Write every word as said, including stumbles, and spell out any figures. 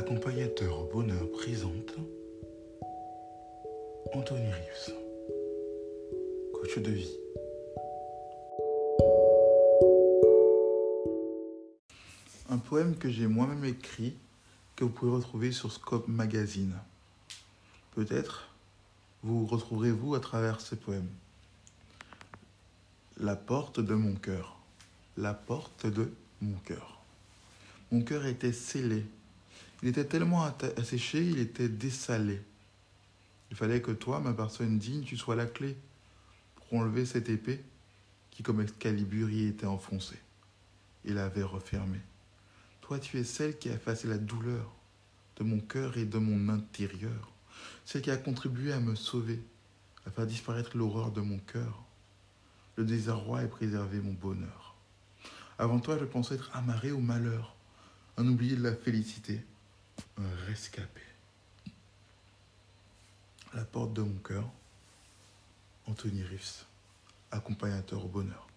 Accompagnateur au bonheur présente Anthony Rives, coach de vie. Un poème que j'ai moi-même écrit, que vous pouvez retrouver sur Scope Magazine. Peut-être vous retrouverez-vous à travers ce poème. La porte de mon cœur. La porte de mon cœur. Mon cœur était scellé. Il était tellement asséché, il était dessalé. Il fallait que toi, ma personne digne, tu sois la clé pour enlever cette épée qui, comme Excalibur, y était enfoncée et l'avait refermée. Toi, tu es celle qui a effacé la douleur de mon cœur et de mon intérieur, celle qui a contribué à me sauver, à faire disparaître l'horreur de mon cœur, le désarroi et préserver mon bonheur. Avant toi, je pensais être amarré au malheur, un oublié de la félicité, un rescapé. La porte de mon cœur, Anthony Rives, accompagnateur au bonheur.